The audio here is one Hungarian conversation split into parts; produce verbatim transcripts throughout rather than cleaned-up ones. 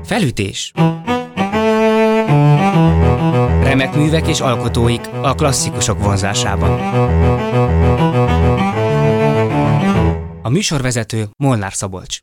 Felütés. Remek művek és alkotóik a klasszikusok vonzásában. A műsorvezető Molnár Szabolcs.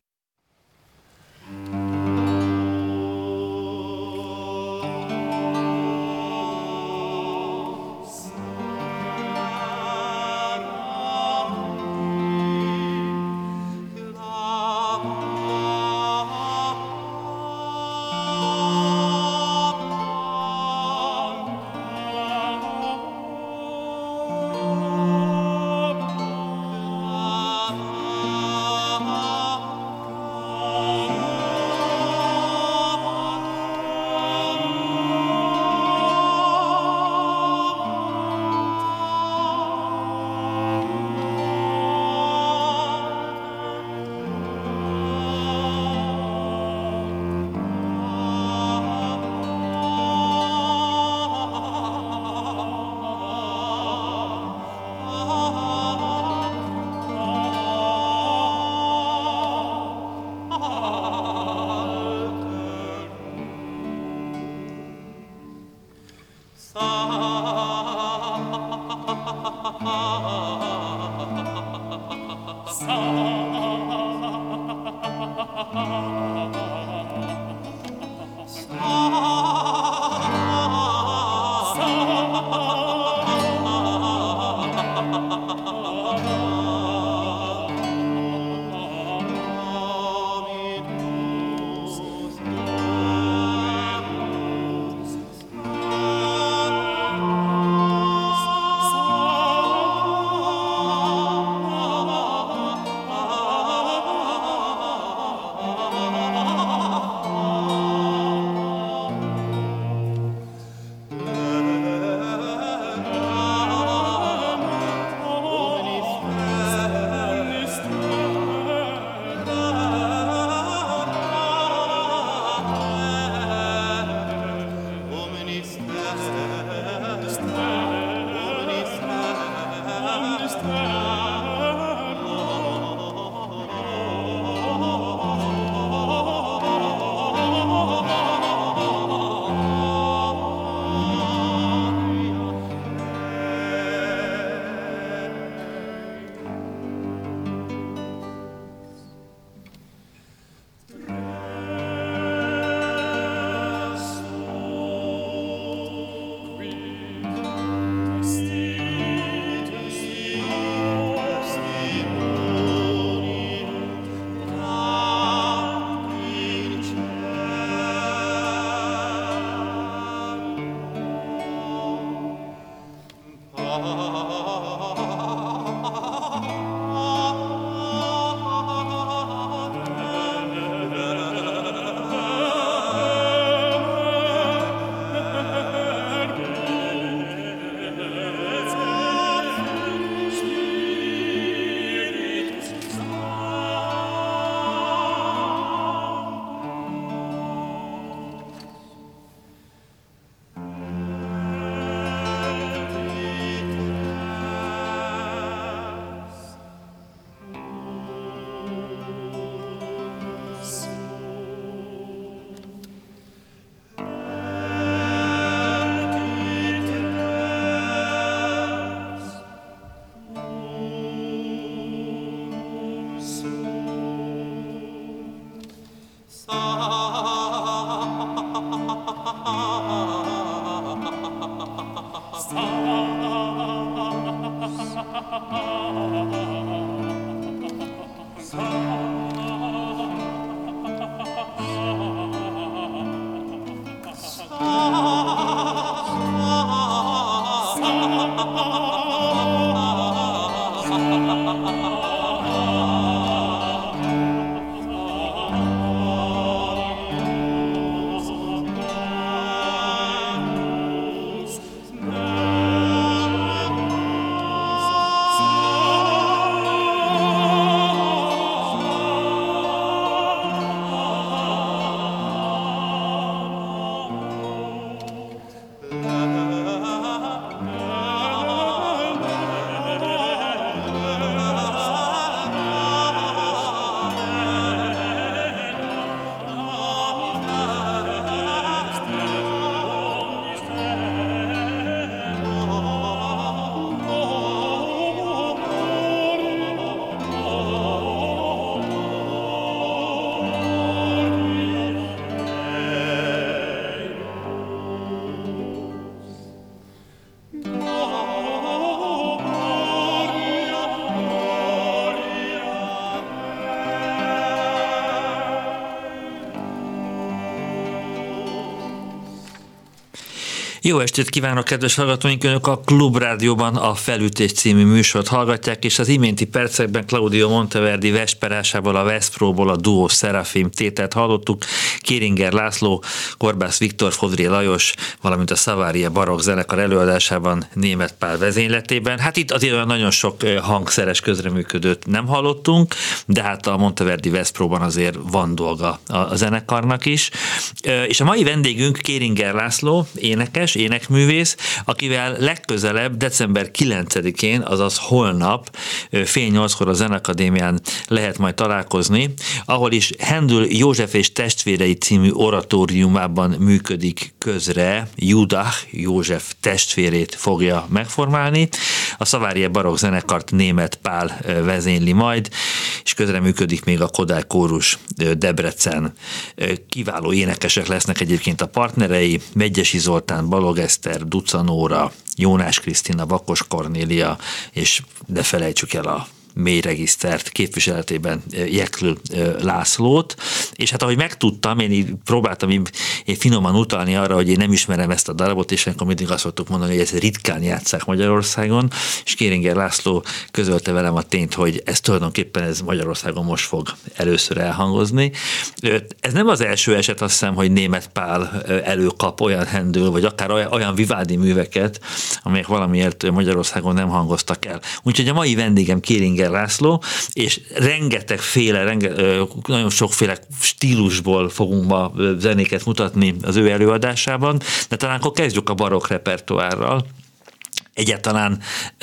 Jó estét kívánok, kedves hallgatóink! Önök a Klubrádióban a Felütés című műsort hallgatják, és az iménti percekben Claudio Monteverdi Vesperásából, a Veszpróból a Duo Szerafim tételt hallottuk. Kéringer László, Korbász Viktor, Fodré Lajos, valamint a Savaria barokk zenekar előadásában Németh Pál vezényletében. Hát itt azért olyan nagyon sok hangszeres közreműködőt nem hallottunk, de hát a Monteverdi Veszpróban azért van dolga a zenekarnak is. És a mai vendégünk Kéringer László, énekes, énekművész, akivel legközelebb december kilencedikén, azaz holnap fél nyolckor a Zenakadémián lehet majd találkozni, ahol is Händel József és testvérei című oratóriumában működik közre, Judach József testvérét fogja megformálni. A Savaria barokk zenekart Németh Pál vezényli majd, és közreműködik még a Kodály Kórus Debrecen. Kiváló énekesek lesznek egyébként a partnerei, Megyesi Zoltán, Balog Eszter, Duca Nóra, Jónás Krisztina, Vakos Kornélia, és ne felejtsük el a mély regisztert képviseletében Jekl Lászlót, és hát ahogy megtudtam, én így próbáltam így, én finoman utalni arra, hogy én nem ismerem ezt a darabot, és akkor mindig azt szoktuk mondani, hogy ezt ritkán játsszák Magyarországon, és Kéringer László közölte velem a tényt, hogy ez tulajdonképpen ez Magyarországon most fog először elhangozni. Ez nem az első eset, azt hiszem, hogy Németh Pál előkap olyan Händel, vagy akár olyan, olyan Vivaldi műveket, amelyek valamiért Magyarországon nem hangoztak el. Úgyhogy a mai vendégem Kéringer László, és rengetegféle, renge, nagyon sokféle stílusból fogunk ma zenéket mutatni az ő előadásában, de talán akkor kezdjük a barokk repertoárral. Egyáltalán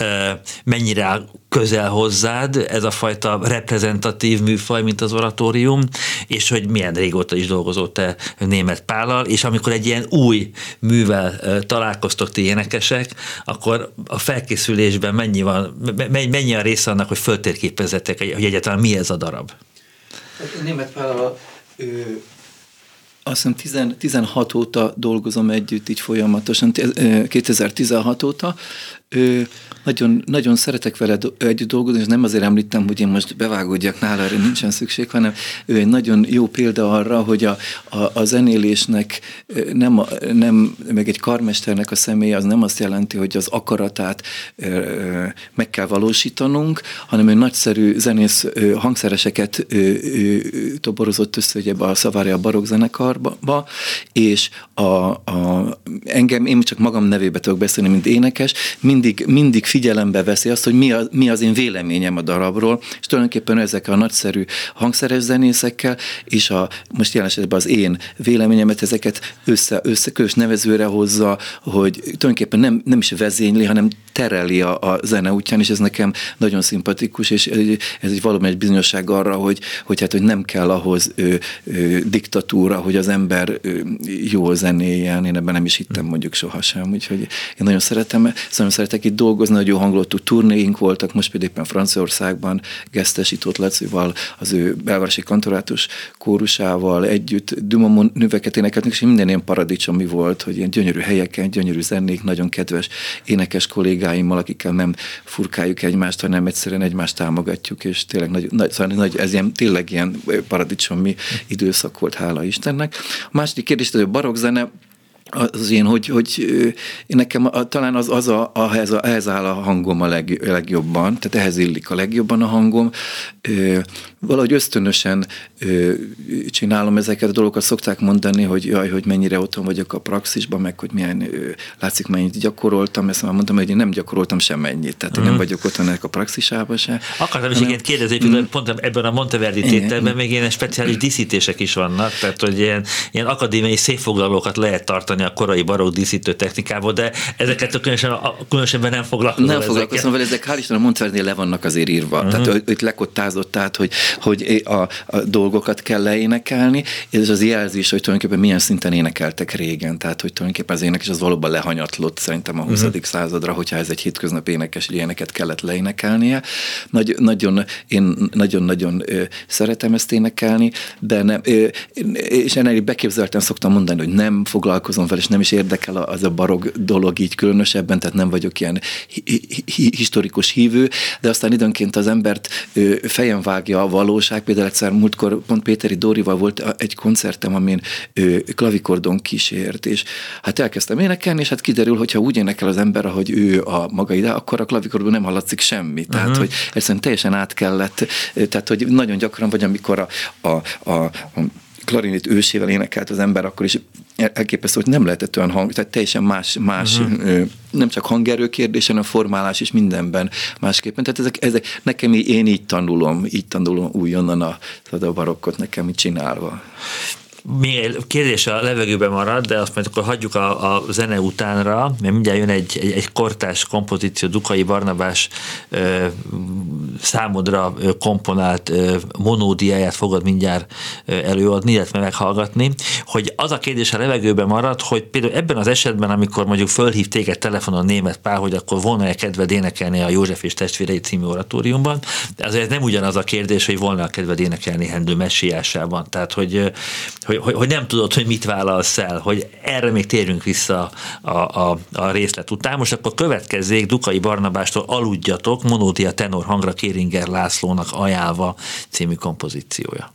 mennyire közel hozzád ez a fajta reprezentatív műfaj, mint az oratórium, és hogy milyen régóta is dolgozott te Németh Pállal, és amikor egy ilyen új művel találkoztok ti énekesek, akkor a felkészülésben mennyi van, mennyi a része annak, hogy föltérképezzetek, hogy egyáltalán mi ez a darab? Németh Pállal ő azt hiszem tizenhat óta dolgozom együtt, így folyamatosan, kétezer-tizenhat óta. Ő, nagyon, nagyon szeretek vele együtt dolgozni, és nem azért említem, hogy én most bevágódjak nála, erre nincsen szükség, hanem ő egy nagyon jó példa arra, hogy a, a, a zenélésnek nem, nem, meg egy karmesternek a személye az nem azt jelenti, hogy az akaratát ö, meg kell valósítanunk, hanem ő nagyszerű zenész ö, hangszereseket ö, ö, toborozott össze ugye a Savaria barokk zenekarba, és a, a, engem, én csak magam nevébe tudok beszélni, mint énekes, mindig, mindig figyelembe veszi azt, hogy mi, a, mi az én véleményem a darabról, és tulajdonképpen ezekkel a nagyszerű hangszeres zenészekkel, és a, most jelen esetben az én véleményemet ezeket össze, összekövös nevezőre hozza, hogy tulajdonképpen nem, nem is vezényli, hanem tereli a, a zene útján, és ez nekem nagyon szimpatikus, és ez egy valóban egy bizonyosság arra, hogy, hogy, hát, hogy nem kell ahhoz ö, ö, diktatúra, hogy az ember ö, jól zenéljen, én ebben nem is hittem mondjuk sohasem, úgyhogy én nagyon szeretem, nagyon szeretek itt dolgozni, nagyon jó hangulatú turnéink voltak, most például éppen Franciaországban gesztesított Lacival, az ő belvárosi kantorátus kórusával együtt Dumont növeket énekeltünk, és minden ilyen paradicsomi volt, hogy ilyen gyönyörű helyeken, gyönyörű zenék, nagyon kedves énekes kollégáimmal, akikkel nem furkáljuk egymást, hanem egyszerűen egymást támogatjuk, és tényleg nagy, nagy, szóval nagy, ez ilyen, tényleg ilyen paradicsomi időszak volt, hála Istennek. A második kérdés, hogy a barokk zene, az én, hogy, hogy én nekem a, talán az, az a, ehhez, a, ehhez áll a hangom a leg, legjobban, tehát ehhez illik a legjobban a hangom. Ö, valahogy ösztönösen ö, csinálom ezeket a dolgokat, szokták mondani, hogy jaj, hogy mennyire otthon vagyok a praxisban, meg hogy milyen, ö, látszik mennyit gyakoroltam, ezt már mondtam, hogy én nem gyakoroltam semmennyit, tehát én nem vagyok otthon ennek a praxisában se. Akartam is hanem, igen kérdezni, hogy mm, pont ebben a Monteverdi tételben még ilyen speciális díszítések is vannak, tehát hogy ilyen, ilyen akadémiai székfoglalókat lehet tartani a korai barokk díszítő technikából, de ezeket különösen, különösebben nem foglalkozom. Nem foglalkozom vele, ezek hál' Istennek a Monteverdinél le vannak azért írva. Uh-huh. Tehát itt lekottázott át, hogy, hogy a, a dolgokat kell leénekelni, és ez az jelzés, hogy tulajdonképpen milyen szinten énekeltek régen. Tehát, hogy tulajdonképpen az énekes az valóban lehanyatlott szerintem a huszadik Uh-huh. századra, hogyha ez egy hétköznap énekes ilyeneket kellett leénekelnie. Nagy, nagyon, én nagyon-nagyon ö, szeretem ezt énekelni, de nem, ö, és ennél beképzelten szoktam mondani, hogy nem foglalkozom fel, és nem is érdekel az a barokk dolog így különösebben, tehát nem vagyok ilyen hi- hi- historikus hívő, de aztán időnként az embert fejen vágja a valóság. Például egyszer múltkor pont Péteri Dórival volt egy koncertem, amin klavikordon kísért, és hát elkezdtem énekelni, és hát kiderül, hogyha úgy énekel az ember, ahogy ő a maga ide, akkor a klavikordon nem hallatszik semmi. Tehát, uh-huh. hogy egyszerűen teljesen át kellett, tehát, hogy nagyon gyakran vagy, amikor a, a, a, a klarinét ősével énekelt az ember, akkor is elképesztő, hogy nem lehetett olyan hang, tehát teljesen más, más uh-huh. nem csak hangerő kérdés, hanem a formálás is mindenben másképpen. Tehát ezek, ezek nekem én így tanulom, így tanulom újonnan a, a barokkot nekem így csinálva. Még egy kérdés a levegőben marad, de azt majd akkor hagyjuk a, a zene utánra, mert mindjárt jön egy, egy, egy kortárs kompozíció, Dukai Barnabás ö, számodra ö, komponált ö, monódiáját fogod mindjárt ö, előadni, illetve meghallgatni, hogy az a kérdés a levegőben marad, hogy például ebben az esetben, amikor mondjuk fölhív téged telefonon Németh Pál, hogy akkor volna-e kedved énekelni a József és testvérei című oratóriumban, de azért nem ugyanaz a kérdés, hogy volna-e kedved énekelni Hendő messiásában. Tehát, hogy Hogy, hogy, hogy nem tudod, hogy mit válasz el, hogy erre még térjünk vissza a, a, a részlet után. Most akkor következzék Dukai Barnabástól Aludjatok, monódia tenor hangra Kéringer Lászlónak ajánlva című kompozíciója.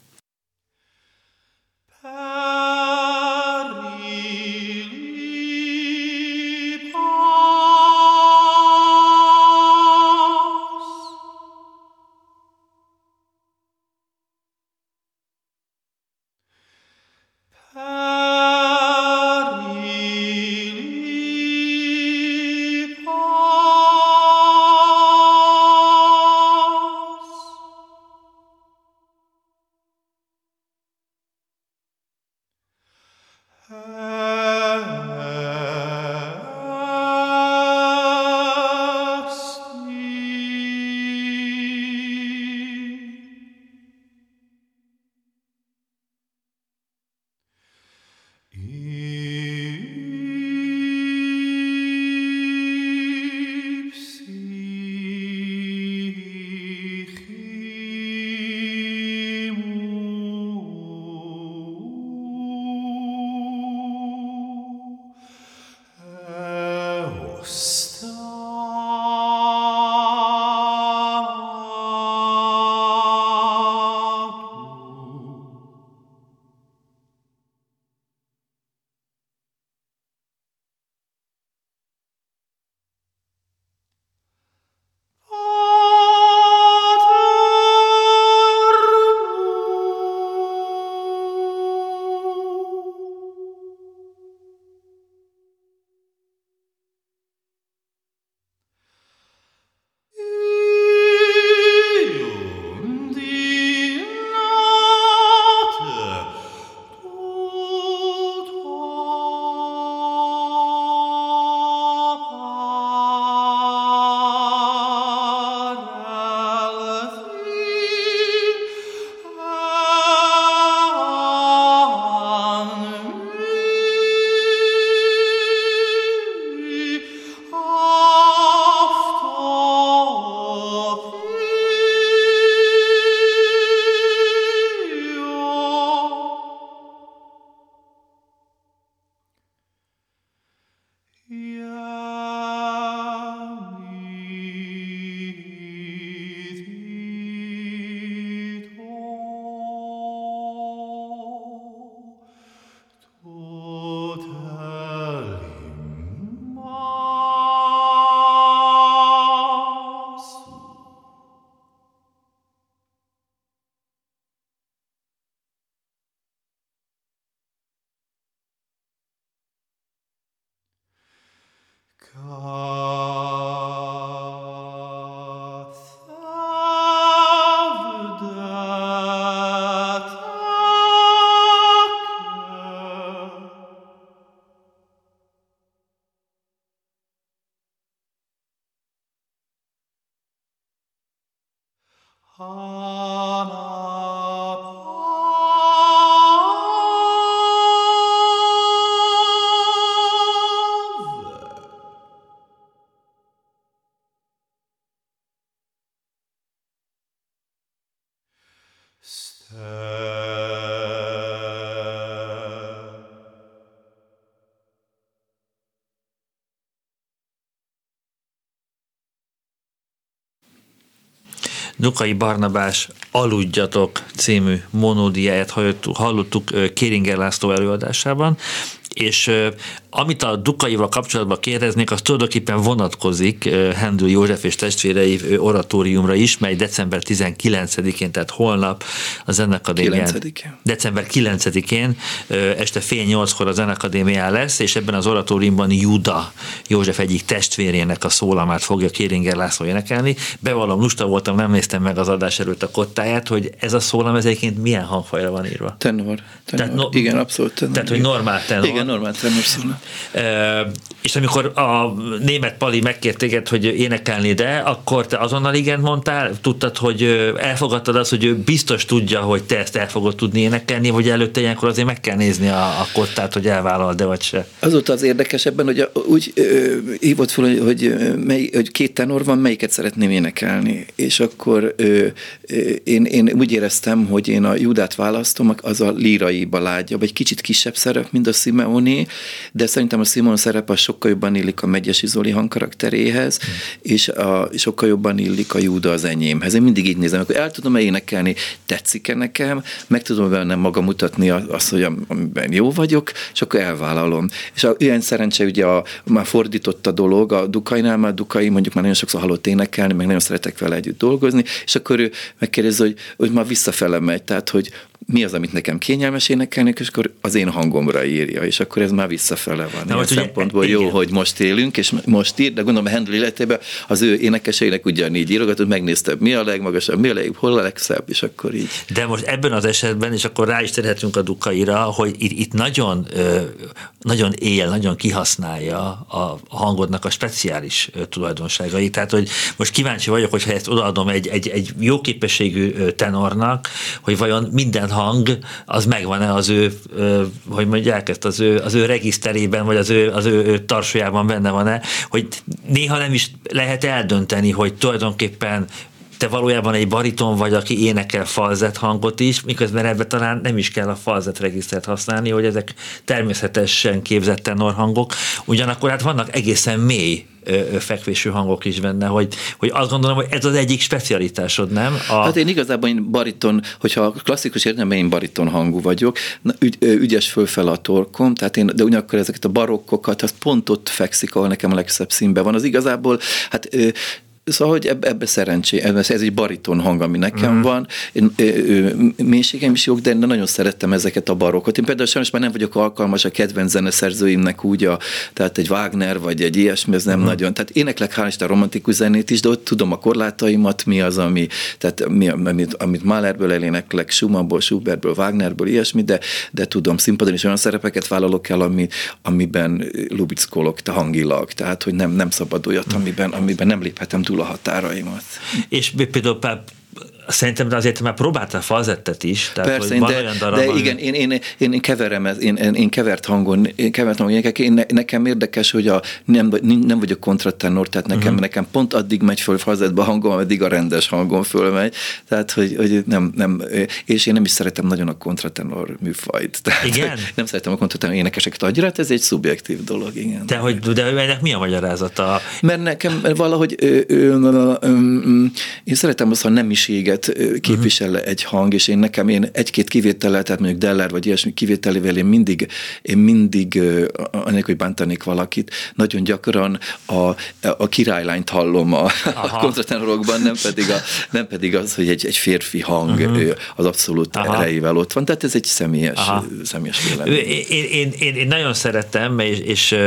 Dukai Barnabás Aludjatok című monódiáját hallottuk Kéringer László előadásában, és amit a Dukaival kapcsolatban kérdeznék, az tulajdonképpen vonatkozik Hendl József és testvérei oratóriumra is, mely december tizenkilencedikén, tehát holnap a Zenekadémián. december kilencedikén este fél nyolckor a Zenekadémián lesz, és ebben az oratóriumban Júda József egyik testvérének a szólamát fogja Kéringer László énekelni. Bevallom, lusta voltam, nem néztem meg az adás előtt a kottáját, hogy ez a szólam ez egyébként milyen hangfajra van írva. Tenor. tenor. Tehát no, igen, abszolút tenor. Tehát, hogy normál tenor. Igen, normál tenor szólam. E, és amikor a német Pali megkért téged, hogy énekelni, de akkor te azonnal igen mondtál, tudtad, hogy elfogadtad azt, hogy ő biztos tudja, hogy te ezt el fogod tudni énekelni, vagy előtte ilyenkor azért meg kell nézni a, a kottát, hogy elvállal, de vagy se. Azóta az érdekesebben, hogy a, úgy ö, hívott fel, hogy, hogy, mely, hogy két tenor van, melyiket szeretném énekelni. És akkor ö, ö, én, én úgy éreztem, hogy én a Júdát választom, az a lírai baládja, vagy kicsit kisebb szerep, mint a Simeoni, de szerintem a Simon szerep az sokkal jobban illik a Megyesi Zoli hangkarakteréhez, hmm. és a, sokkal jobban illik a Júda az enyémhez. Én mindig így nézem, hogy el tudom-e énekelni, tetszik-e nekem, meg tudom bennem magam mutatni azt, hogy amiben jó vagyok, és akkor elvállalom. És a, ilyen szerencse ugye a, már fordított a dolog, a Dukainál már Dukai mondjuk már nagyon sokszor hallott énekelni, meg nagyon szeretek vele együtt dolgozni, és akkor ő megkérdezi, hogy, hogy már visszafele megy, tehát hogy mi az, amit nekem kényelmes énekelni, és akkor az én hangomra írja, és akkor ez már visszafele van. Ilyen szempontból jó, hogy most élünk, és most ír, de gondolom a Hendl életében az ő énekeseinek ugyanígy írogatott, megnézte, mi a legmagasabb, mi a legjobb, hol a legszebb, és akkor így. De most ebben az esetben, és akkor rá is térhetünk a Dukaira, hogy itt, itt nagyon, nagyon él, nagyon kihasználja a hangodnak a speciális tulajdonságait. Tehát, hogy most kíváncsi vagyok, hogyha ezt odaadom egy, egy, egy jó képességű tenornak, hogy vajon minden hang, az megvan-e az ő, hogy mondják ezt, az ő, az ő regiszterében, vagy az ő, az ő tarsójában benne van-e, hogy néha nem is lehet eldönteni, hogy tulajdonképpen te valójában egy bariton vagy, aki énekel falzett hangot is, miközben ebben talán nem is kell a falzett regisztert használni, hogy ezek természetesen képzett tenorhangok, ugyanakkor hát vannak egészen mély fekvésű hangok is benne, hogy, hogy azt gondolom, hogy ez az egyik specialitásod, nem? A... Hát én igazából én bariton, hogyha klasszikus értelemben én bariton hangú vagyok, ügy, ügyes fölfel a torkom, tehát én, de ugyanakkor ezeket a barokkokat, az pont ott fekszik, ahol nekem a legszebb színben van. Az igazából, hát szóval, hogy ebbe, ebbe szerencsé, ez egy bariton hang, ami nekem mm. van. Én, ö, ö, mélységem is jók, de nagyon szerettem ezeket a barokkot. Én például sajnos már nem vagyok alkalmas a kedvenc zeneszerzőimnek úgy, a, tehát egy Wagner, vagy egy ilyesmi, ez nem mm. nagyon. Tehát éneklek hál' Isten romantikus zenét is, de ott tudom a korlátaimat, mi az, ami, tehát mi, amit, amit Mahlerből eléneklek, Schumannból, Schubertből, Wagnerből, ilyesmi, de, de tudom, színpadon is olyan szerepeket vállalok el, ami, amiben lubickolok hangilag, tehát hogy nem, nem szabad olyat, amiben, amiben nem léphetem túl a határaimat. És például szerintem azért már próbáltál falzettet is. Tehát, persze, de, darab, de igen, én, én, én, én keverem, én, én kevert hangon, én kevert hangon énekek, én, nekem érdekes, hogy a, nem, nem vagyok kontratenor, tehát nekem, uh-huh. nekem pont addig megy föl falzettbe a hangom, addig a rendes hangon fölmegy, tehát, hogy, hogy nem, nem, és én nem is szeretem nagyon a kontratenor műfajt. Tehát, igen? Nem szeretem a kontratenor énekeseket annyira, ez egy szubjektív dolog, igen. De, hogy, de ennek mi a magyarázata? Mert nekem valahogy ö, ö, ö, ö, ö, én szeretem azt, ha nemiséget képvisel uh-huh. egy hang, és én nekem én egy-két kivétellel, tehát mondjuk Deller vagy ilyesmi kivételével én mindig, én mindig anélkül, hogy bántanék valakit, nagyon gyakran a, a királylányt hallom a, a kontratenorokban, nem pedig, a, nem pedig az, hogy egy, egy férfi hang uh-huh. az abszolút Aha. erejével ott van. Tehát ez egy személyes, személyes vélemény. Én, én, én, én nagyon szeretem, és, és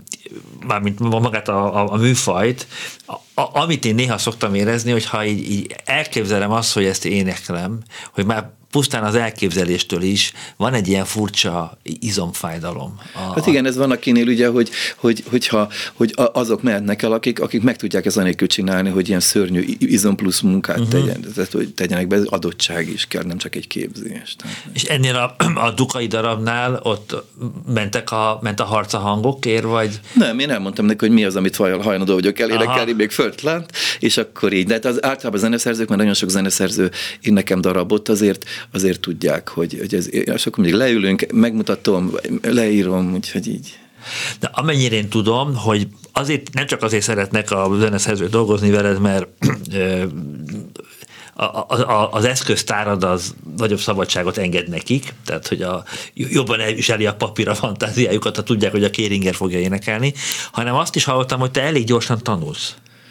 mármint magát a, a, a műfajt, a, a, amit én néha szoktam érezni, hogy ha így, így elképzelem azt, hogy ezt éneklem, hogy már pusztán az elképzeléstől is van egy ilyen furcsa izomfájdalom. A, hát igen, ez van akinél ugye, hogy, hogy, hogyha, hogy azok mehetnek el, akik, akik meg tudják ezt anélkül csinálni, hogy ilyen szörnyű izom plusz munkát uh-huh. tegyen, tehát, hogy tegyenek be, adottság is kell, nem csak egy képzés. Tehát. És ennél a, a Dukai darabnál ott mentek a, ment a harca hangokért, vagy? Nem, én elmondtam neki, hogy mi az, amit hajlandó vagyok elénekelni, még földtlant, és akkor így. De hát az, általában a zeneszerzők, mert nagyon sok zeneszerző én nekem darabot, azért azért tudják, hogy, hogy ez, és akkor mindig leülünk, megmutatom, leírom, úgyhogy így. De amennyire én tudom, hogy azért nem csak azért szeretnek a zeneszerzők dolgozni veled, mert a, a, az eszköztárad az nagyobb szabadságot enged nekik, tehát hogy a, jobban elviseli a papír a fantáziájukat, ha tudják, hogy a Kéringer fogja énekelni, hanem azt is hallottam, hogy te elég gyorsan tanulsz.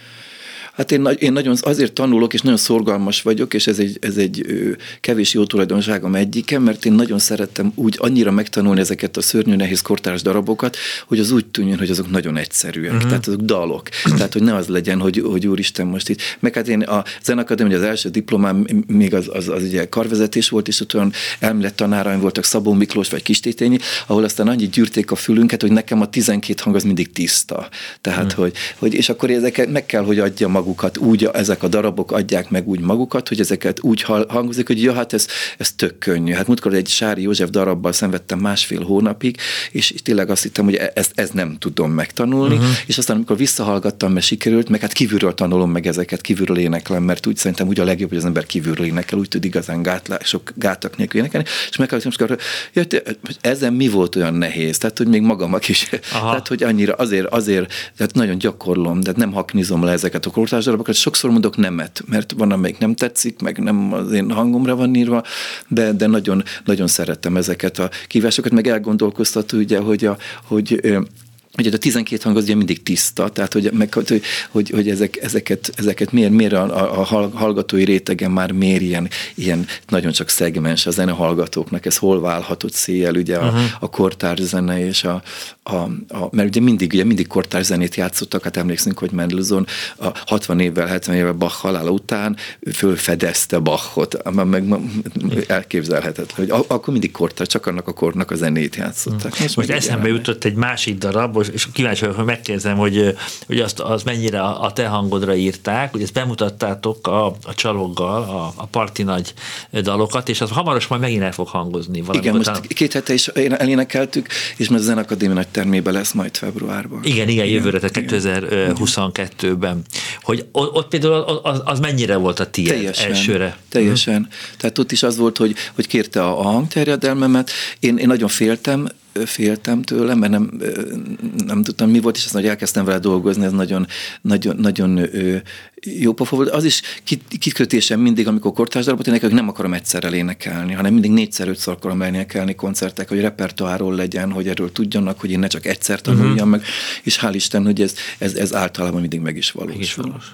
Hát én, én nagyon azért tanulok, és nagyon szorgalmas vagyok, és ez egy, ez egy kevés jó tulajdonságom egyike, mert én nagyon szerettem úgy annyira megtanulni ezeket a szörnyű nehéz kortárs darabokat, hogy az úgy tűnjön, hogy azok nagyon egyszerűek, uh-huh. tehát azok dalok. Tehát, hogy ne az legyen, hogy, hogy úristen most itt. Meg hát én a Zenakadémia, az első diplomám még az, az, az ugye karvezetés volt, és ott olyan elmélettanáraim voltak, Szabó Miklós vagy Kistétényi, ahol aztán annyit gyűrték a fülünket, hogy nekem a tizenkét hang az mindig tiszta. Tehát, uh-huh. hogy, hogy, és akkor ezeket meg kell, hogy adja magukat, úgy ezek a darabok adják meg úgy magukat, hogy ezeket úgy hangozik, hogy ja, hát ez, ez tök könnyű. Hát múltkor egy Sári József darabbal szenvedtem másfél hónapig, és tényleg azt hittem, hogy ezt, ezt nem tudom megtanulni, uh-huh. és aztán amikor visszahallgattam, mert sikerült, meg hát kívülről tanulom meg ezeket, kívülről éneklem, mert úgy szerintem úgy a legjobb, hogy az ember kívülről énekel, úgy tud igazán gátlások, gátak nélkül énekelni, és meghallgattam, hogy ezen mi volt olyan nehéz, tehát hogy még magamak is, aha. tehát hogy annyira azért, azért, tehát nagyon gyakorlom, de nem haknizom le ezeket a kortárs darabokat, sokszor mondok nemet, mert van, amelyik nem tetszik, meg nem az én hangomra van írva, de, de nagyon, nagyon szerettem ezeket a kívásokat, meg elgondolkoztató, ugye, hogy, a, hogy Ugye a tizenkét hang az ugye mindig tiszta, tehát hogy, meg, hogy, hogy, hogy ezek, ezeket, ezeket miért, miért a, a hallgatói rétegen már miért ilyen, ilyen nagyon csak szegmens a zene hallgatóknak, ez hol válhatott széjjel, ugye a, uh-huh. a kortárs zene és a, a, a, mert ugye mindig, ugye mindig kortárs zenét játszottak, hát emlékszünk, hogy Mendelssohn a hatvan évvel, hetven évvel Bach halála után fölfedezte Bachot, meg elképzelhetetlen, hogy akkor mindig kortárs, csak annak a kornak a zenét játszottak. Uh-huh. Most, Most eszembe jutott egy másik darab, és kíváncsi vagyok, hogy megkérdezem, hogy, hogy azt, az mennyire a te hangodra írták, hogy ezt bemutattátok a, a csaloggal, a, a parti nagy dalokat, és az hamaros majd megint el fog hangozni. Igen, most után... két hete is elénekeltük, és most a Zenakadémia nagy termében lesz majd februárban. Igen, igen, jövőre, tehát kétezer-huszonkettőben. Hogy ott például az, az mennyire volt a tiéd teljesen, elsőre? Teljesen. Hmm. Tehát ott is az volt, hogy, hogy kérte a, a hangterjedelmemet, én, én nagyon féltem, féltem tőle, mert nem, nem tudtam, mi volt, és aztán, hogy elkezdtem vele dolgozni, ez nagyon, nagyon, nagyon jó pofa volt. Az is kikötésem mindig, amikor kortárs darabot énekelek, nem akarom egyszerrel énekelni, hanem mindig négyszer-ötször akarom elénekelni koncertek, hogy repertoárról legyen, hogy erről tudjanak, hogy én ne csak egyszer tanuljam uh-huh. meg, és hál' Isten, hogy ez, ez, ez általában mindig meg is valós. Meg is valós.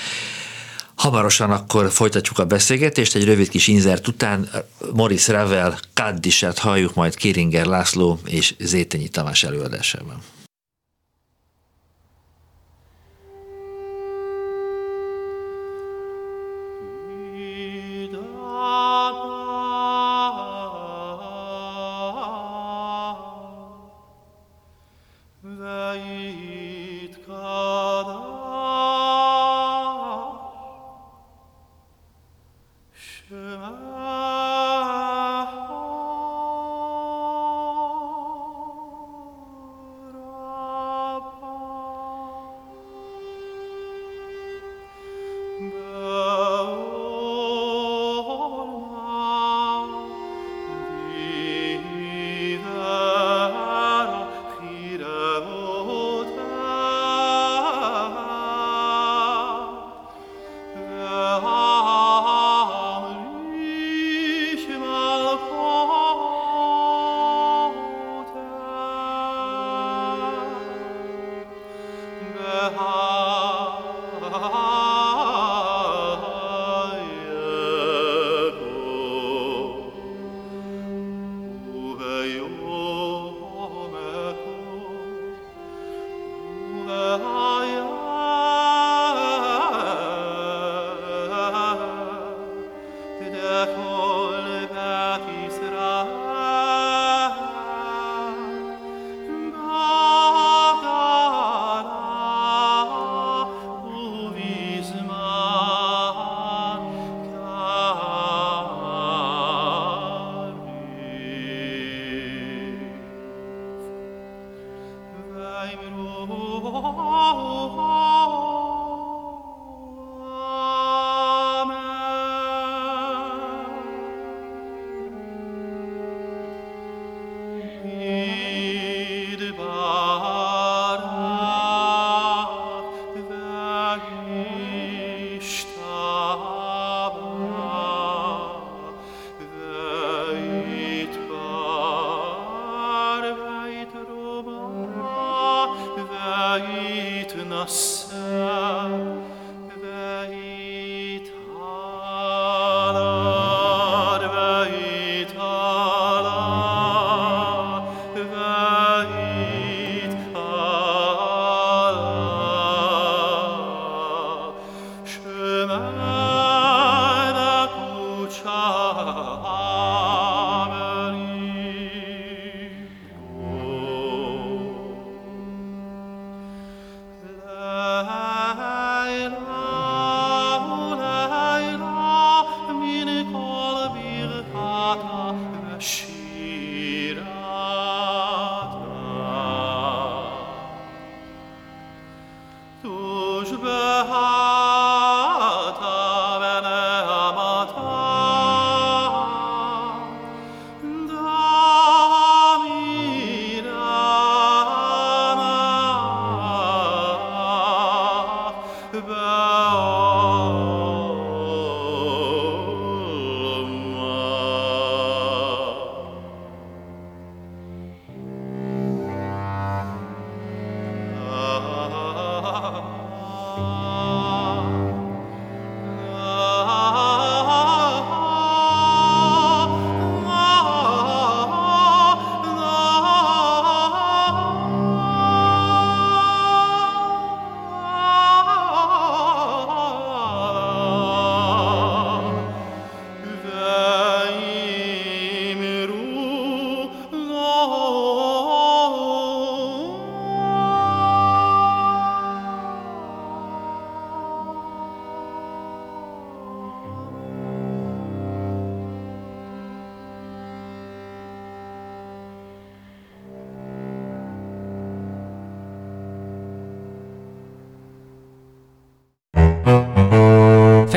Hamarosan akkor folytatjuk a beszélgetést, egy rövid kis inzert után Maurice Ravel Kaddisát halljuk majd Kéringer László és Zétényi Tamás előadásában. Ra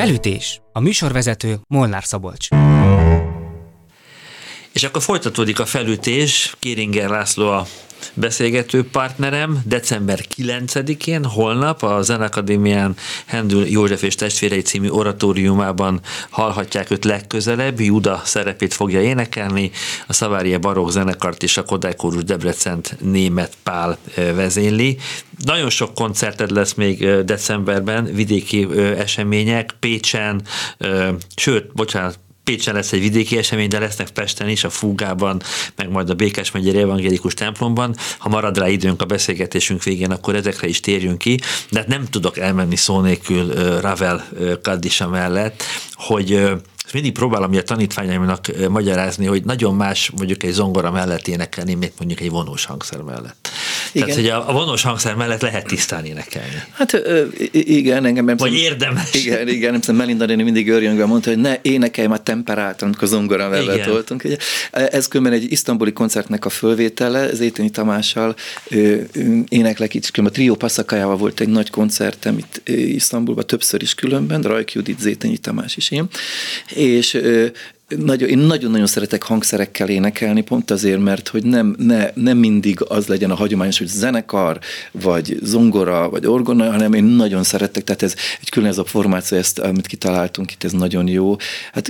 Felütés. A műsorvezető Molnár Szabolcs. És akkor folytatódik a felütés. Kéringer László a beszélgető partnerem. december kilencedikén, holnap a Zenakadémián Hendül József és testvérei című oratóriumában hallhatják őt legközelebb. Juda szerepét fogja énekelni, a Szavária barokk zenekart és a Kodály Kórus Debrecent Németh Pál vezényli. Nagyon sok koncerted lesz még decemberben, vidéki események, Pécsen, sőt, bocsánat, Pécsen lesz egy vidéki esemény, de lesznek Pesten is, a Fúgában, meg majd a Békás megyei evangélikus templomban. Ha marad rá időnk a beszélgetésünk végén, akkor ezekre is térjünk ki, de hát nem tudok elmenni szó nélkül uh, Ravel uh, Kaddisa mellett, hogy uh, mindig próbálom a tanítványaimnak uh, magyarázni, hogy nagyon más mondjuk egy zongora mellett énekelni, mint mondjuk egy vonós hangszer mellett. Igen. Tehát, hogy a, a vonós hangszer mellett lehet tisztán énekelni. Hát ö, igen, engem... Vagy szem, érdemes. Igen, igen, nem szem, Melinda néni mindig örjöngve mondta, hogy ne énekelj már temperáltan, amikor zongora mellett igen. voltunk. Ugye. Ez különben egy isztambuli koncertnek a fölvétele, Zétényi Tamással ö, éneklek itt, különben a Trió Passzakájával volt egy nagy koncertem itt Isztambulban, többször is különben, Rajk Judit, Zétényi Tamás is én, és ö, Nagyon, én nagyon-nagyon szeretek hangszerekkel énekelni, pont azért, mert hogy nem, ne, nem mindig az legyen a hagyományos, hogy zenekar, vagy zongora, vagy orgona, hanem én nagyon szeretek, tehát ez egy külön ez a formáció, ezt, amit kitaláltunk itt, ez nagyon jó. Hát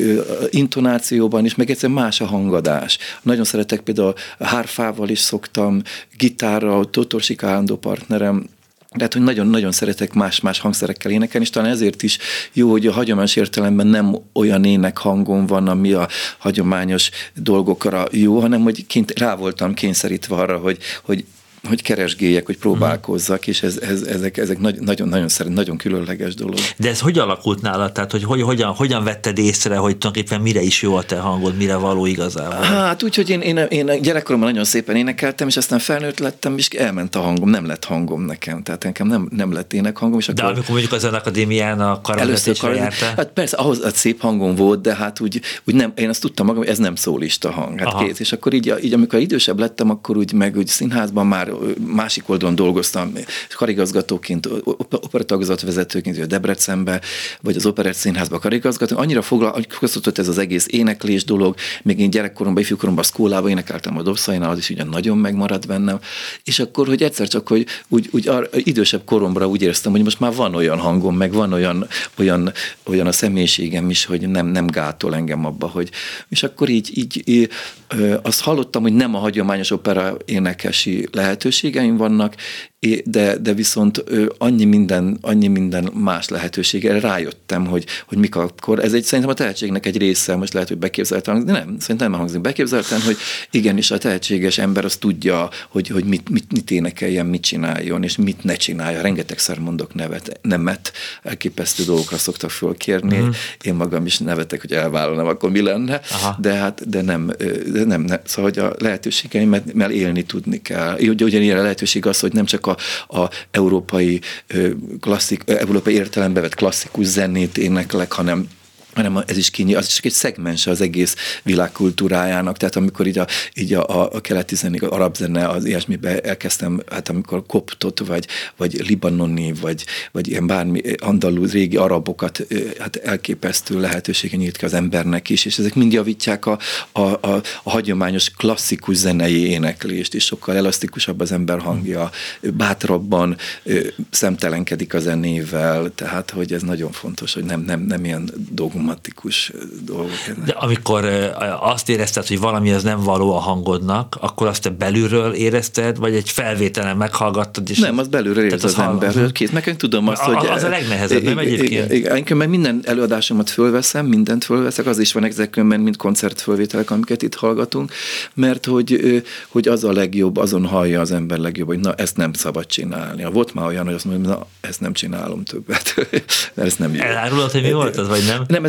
intonációban is, meg egyszerűen más a hangadás. Nagyon szeretek például a hárfával is szoktam, gitárral, Totorsika állandó partnerem, tehát, hogy nagyon-nagyon szeretek más-más hangszerekkel énekelni, és talán ezért is jó, hogy a hagyományos értelemben nem olyan énekhangom van, ami a hagyományos dolgokra jó, hanem hogy kint, rá voltam kényszerítve arra, hogy, hogy hogy keresgéljek, hogy próbálkozzak, és ez, ez, ezek, ezek nagyon-nagyon szerint, nagyon különleges dolog. De ez hogy alakult nálad? Tehát, hogy, hogy hogyan, hogyan vetted észre, hogy tulajdonképpen mire is jó a te hangod, mire való igazából? Hát úgy, hogy én, én, én gyerekkoromban nagyon szépen énekeltem, és aztán felnőtt lettem, és elment a hangom, nem lett hangom nekem, tehát nekem nem, nem lett énekhangom. És de akkor amikor mondjuk a Zenakadémián a karvezetésre jártál? Hát persze, ahhoz a szép hangom volt, de hát úgy, úgy nem, én azt tudtam magam, hogy ez nem szólista hang. Hát kész. És akkor így, így, amikor idősebb lettem, akkor úgy meg úgy színházban már másik oldalon dolgoztam, karigazgatóként, operatagozatvezetőként, a Debrecenbe, vagy az Operett Színházba karigazgató. Annyira foglalkoztatott ez az egész éneklés dolog, még én gyerekkoromban, ifjúkoromban, szkólában énekeltem a dobszainál, az is ugyan nagyon megmaradt bennem, és akkor, hogy egyszer csak, hogy úgy, úgy ar, idősebb koromra úgy éreztem, hogy most már van olyan hangom, meg van olyan, olyan, olyan a személyiségem is, hogy nem, nem gátol engem abba, hogy, és akkor így, így, így azt hallottam, hogy nem a hagyományos opera énekesi lehetőségeim vannak, de, de viszont annyi minden, annyi minden más lehetőség. Erre rájöttem, hogy, hogy mik akkor. Ez egy, szerintem a tehetségnek egy része, most lehet, hogy beképzeltem, de nem, szerintem nem hangzik beképzeltem, hogy igenis a tehetséges ember az tudja, hogy, hogy mit, mit, mit énekeljen, mit csináljon, és mit ne csinálja. Rengetegszer mondok nevet, nemet, elképesztő dolgokra szoktak fölkérni. Mm. Én magam is nevetek, hogy elvállalnám, akkor mi lenne, Aha. de hát de nem, de nem, nem. Szóval, hogy a lehetőségeimmel élni tudni kell. Ugyanilyen a lehetőség az, hogy nem csak a a, a európai, klasszik, európai értelembe vett klasszikus zenét éneklek, hanem hanem ez is kínyi, az is csak egy szegmens az egész világkultúrájának, tehát amikor így a, így a, a, a keleti zenék, az arab zene, az ilyesmibe elkezdtem, hát amikor koptot, vagy, vagy libanoni, vagy, vagy ilyen bármi andalúz, régi arabokat, hát elképesztő lehetősége nyílt ki az embernek is, és ezek mind javítják a, a, a, a hagyományos klasszikus zenei éneklést, és sokkal elasztikusabb az ember hangja, bátrabban szemtelenkedik a zenével, tehát hogy ez nagyon fontos, hogy nem, nem, nem ilyen dogma dolgok. De amikor azt érezted, hogy valami az nem való a hangodnak, akkor azt te belülről érezted, vagy egy felvételen meghallgattad? És nem, az belülről érez az, az ember. Kész, meg tudom azt, a, hogy... Az a legnehezebb, nem egyébként? Igen, mert minden előadásomat fölveszem, mindent fölveszek, az is van ezekben, mint koncertfölvételek, amiket itt hallgatunk, mert hogy, hogy az a legjobb, azon hallja az ember legjobb, hogy na, ezt nem szabad csinálni. Volt már olyan, hogy azt mondom, na, ezt nem csinálom többet, mert ez nem jó. Elárulod, hogy mi volt az, vagy nem? Nem, ez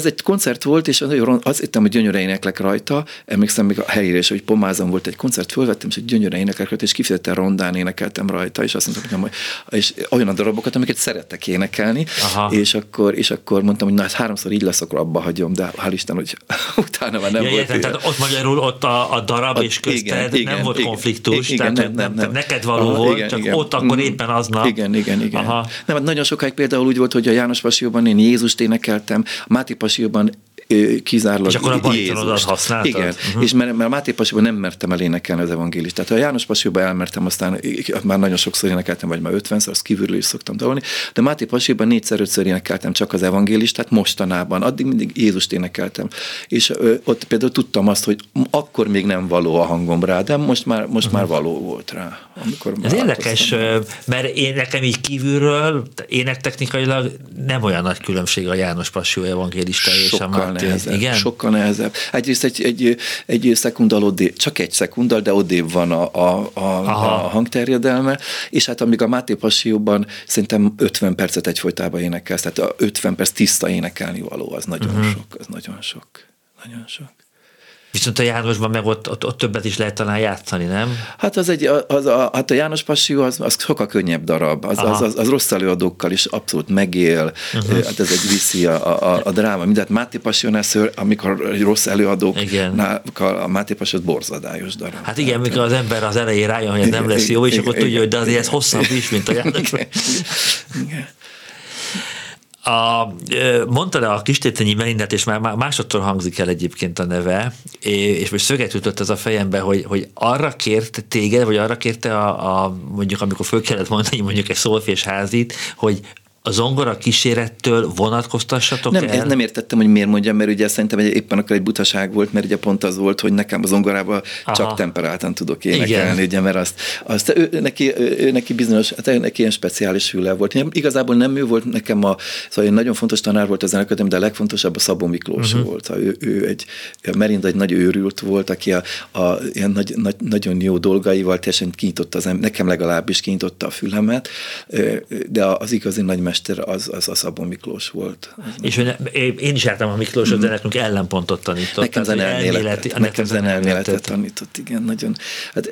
ez egy koncert volt, és azt hittem, hogy gyönyörűen éneklek rajta, emlékszem még a helyére is, hogy Pomázon volt egy koncert, fölvettem, és gyönyörűen éneklek rajta, és kifejezetten rondán énekeltem rajta, és azt mondtam, hogy nem, és olyan a darabokat, amiket szerettek énekelni, és akkor, és akkor mondtam, hogy na, hát háromszor így lesz, akkor abba hagyom, de hál' Isten, hogy utána már nem ja, volt. Értem, tehát ott magyarul ott a, a darab a, és közted igen, nem volt igen, konfliktus, igen, tehát nem, nem, nem. neked való aha, volt, igen, csak igen. ott akkor éppen aznap. Igen, igen, igen. Aha. Nem, hát nagyon sokáig például úgy volt, hogy a János Pasióban én Jézust énekeltem, a Máté Pasióban kizárólag és akkor a baritanodat használtad? Igen, uh-huh. és mert, mert a Máté Pasióban nem mertem el énekelni az evangélist. Tehát a János Pasióban elmertem, aztán már nagyon sokszor énekeltem, vagy már ötvenszor, azt kívülről is szoktam dalolni, de Máté Pasióban négyszer-ötször énekeltem csak az evangélist, tehát mostanában, addig mindig Jézust énekeltem. És ö, ott például tudtam azt, hogy akkor még nem való a hangom rá, de most már, most uh-huh. már való volt rá. Ez érdekes, mert én nekem így kívülről énektechnikailag nem olyan nagy különbség a János Pasió evangélista és a Máté. Nehezebb, igen? Sokkal nehezebb. Egyrészt egy, egy, egy szekundal odébb, csak egy szekundal, de odébb van a, a, a, a hangterjedelme, és hát amíg a Máté Pasióban szerintem ötven percet egyfolytában énekelsz, tehát ötven perc tiszta énekelni való, az nagyon uh-huh. sok, az nagyon sok, nagyon sok. Viszont a Jánosban meg ott, ott, ott többet is lehet talán játszani, nem? Hát az egy, az a, hát a János Passió az, az sokkal könnyebb darab, az, az, az, az rossz előadókkal is abszolút megél, uh-huh. hát ez egy viszi a, a, a dráma. Mindent Máté Pasiónál, amikor rossz előadóknál, a Máté Pasió borzadályos darab. Hát igen, mikor az ember az elején rájön, hogy ez nem lesz jó, és akkor tudja, hogy de azért ez hosszabb is, mint a János. Igen. Igen. A, mondta le a Kistétényi Melindet, és már másodszor hangzik el egyébként a neve, és most szöget ütött az a fejembe, hogy, hogy arra kért téged, vagy arra kérte a, a mondjuk, amikor föl kellett mondani mondjuk egy szolfés házit, hogy a zongora kísérettől vonatkoztassatok nem, el? Nem értettem, hogy miért mondjam, mert ugye szerintem éppen akkor egy butaság volt, mert ugye pont az volt, hogy nekem a zongorában aha. csak temperáltan tudok énekelni, ugye, mert azt, azt ő, neki, ő, neki bizonyos, hát neki ilyen speciális füle volt. Igazából nem ő volt nekem a, szóval egy nagyon fontos tanár volt a zeneköröm, de a legfontosabb a Szabó Miklós uh-huh. volt. Ő, ő egy, Merinda egy nagy őrült volt, aki a, a ilyen nagy, nagy, nagyon jó dolgaival teljesen kinyitotta az, nekem legalábbis kinyitotta a fülemet, de az igazi nagy az, az a Szabó Miklós volt. És én is jártam a Miklósot, de nekünk ellenpontot tanított. Nekem zenelméletet, nekem zenelméletet tanított, igen, nagyon. Hát,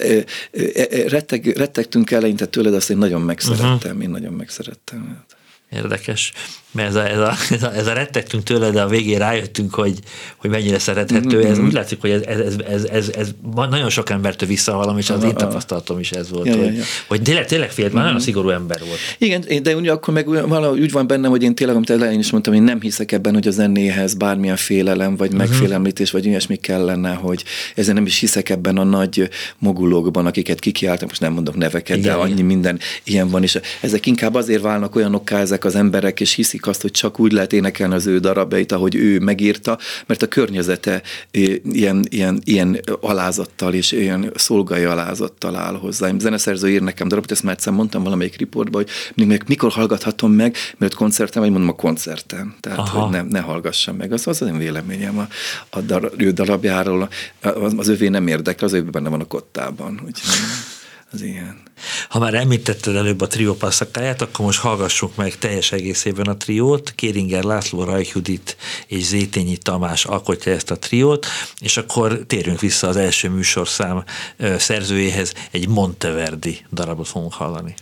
retteg, rettegtünk eleinte tőled, azt én nagyon megszerettem, uh-huh. én nagyon megszerettem. Érdekes, mert ez a, ez a, ez a, ez a rettegtünk tőle, de a végén rájöttünk, hogy, hogy mennyire szerethető. Mm-hmm. Ez úgy látszik, hogy ez, ez, ez, ez, ez nagyon sok embertől visszahallom, és az én tapasztalatom is ez volt, ja, hogy, ja, ja. hogy tényleg, tényleg félt, mm-hmm. már nagyon szigorú ember volt. Igen, de ugye akkor meg valahogy úgy van bennem, hogy én tényleg, amit elején is mondtam, én nem hiszek ebben, hogy a zenéhez bármilyen félelem, vagy megfélemlítés, vagy ilyesmi kellene, hogy ezért nem is hiszek ebben a nagy mogulókban, akiket kikiáltam, most nem mondok neveket, igen, de annyi igen. minden ilyen van, és ezek inkább azért válnak olyanokká ezek az emberek, és hiszik azt, hogy csak úgy lehet énekelni az ő darabjait, ahogy ő megírta, mert a környezete ilyen, ilyen, ilyen alázattal és ilyen szolgai alázattal áll hozzá. Én zeneszerző ír nekem darabot, ezt már egyszer mondtam valamelyik riportban, hogy még mikor hallgathatom meg, mert koncerten, vagy mondom a koncerten. Tehát, aha. hogy ne, ne hallgassam meg. Az az én véleményem a, a dar, ő darabjáról. Az, az övé nem érdekel, az övé benne van a kottában. Úgyhogy az ilyen. Ha már említetted előbb a trió passzakáját, akkor most hallgassuk meg teljes egészében a triót. Kéringer László, Rajk Judit és Zétényi Tamás alkotja ezt a triót, és akkor térjünk vissza az első műsorszám szerzőjéhez, egy Monteverdi darabot fogunk hallani.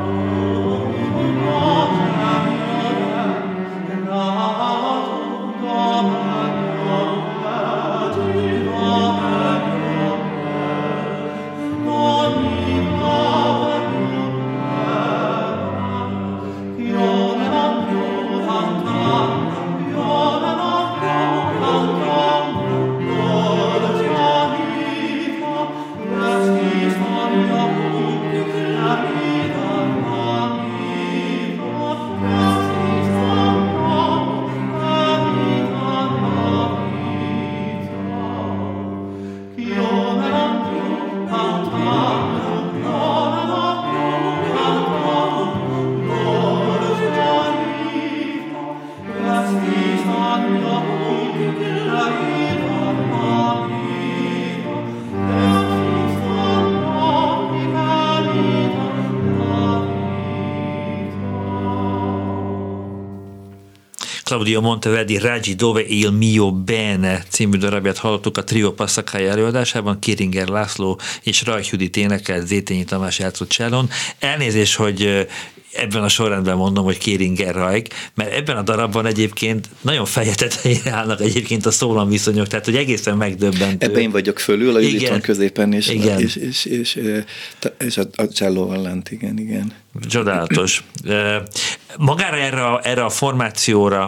Oh Claudio Monteverdi Raggi dove il mio bene című darabját hallottuk a Trio Passacaglia előadásában, Kéringer László és Rajk Judit énekelt, Zétényi Tamás játszott csellón. Elnézés, hogy ebben a sorrendben mondom, hogy Kéringer Rajk, mert ebben a darabban egyébként nagyon feje tetejére állnak egyébként a szólamviszonyok, tehát hogy egészen megdöbbentő. Ebben én vagyok fölül, a Judit van középen, és, és, és, és, és a, a csellóval lent, igen, igen. Csodálatos. Magára erre a, erre a formációra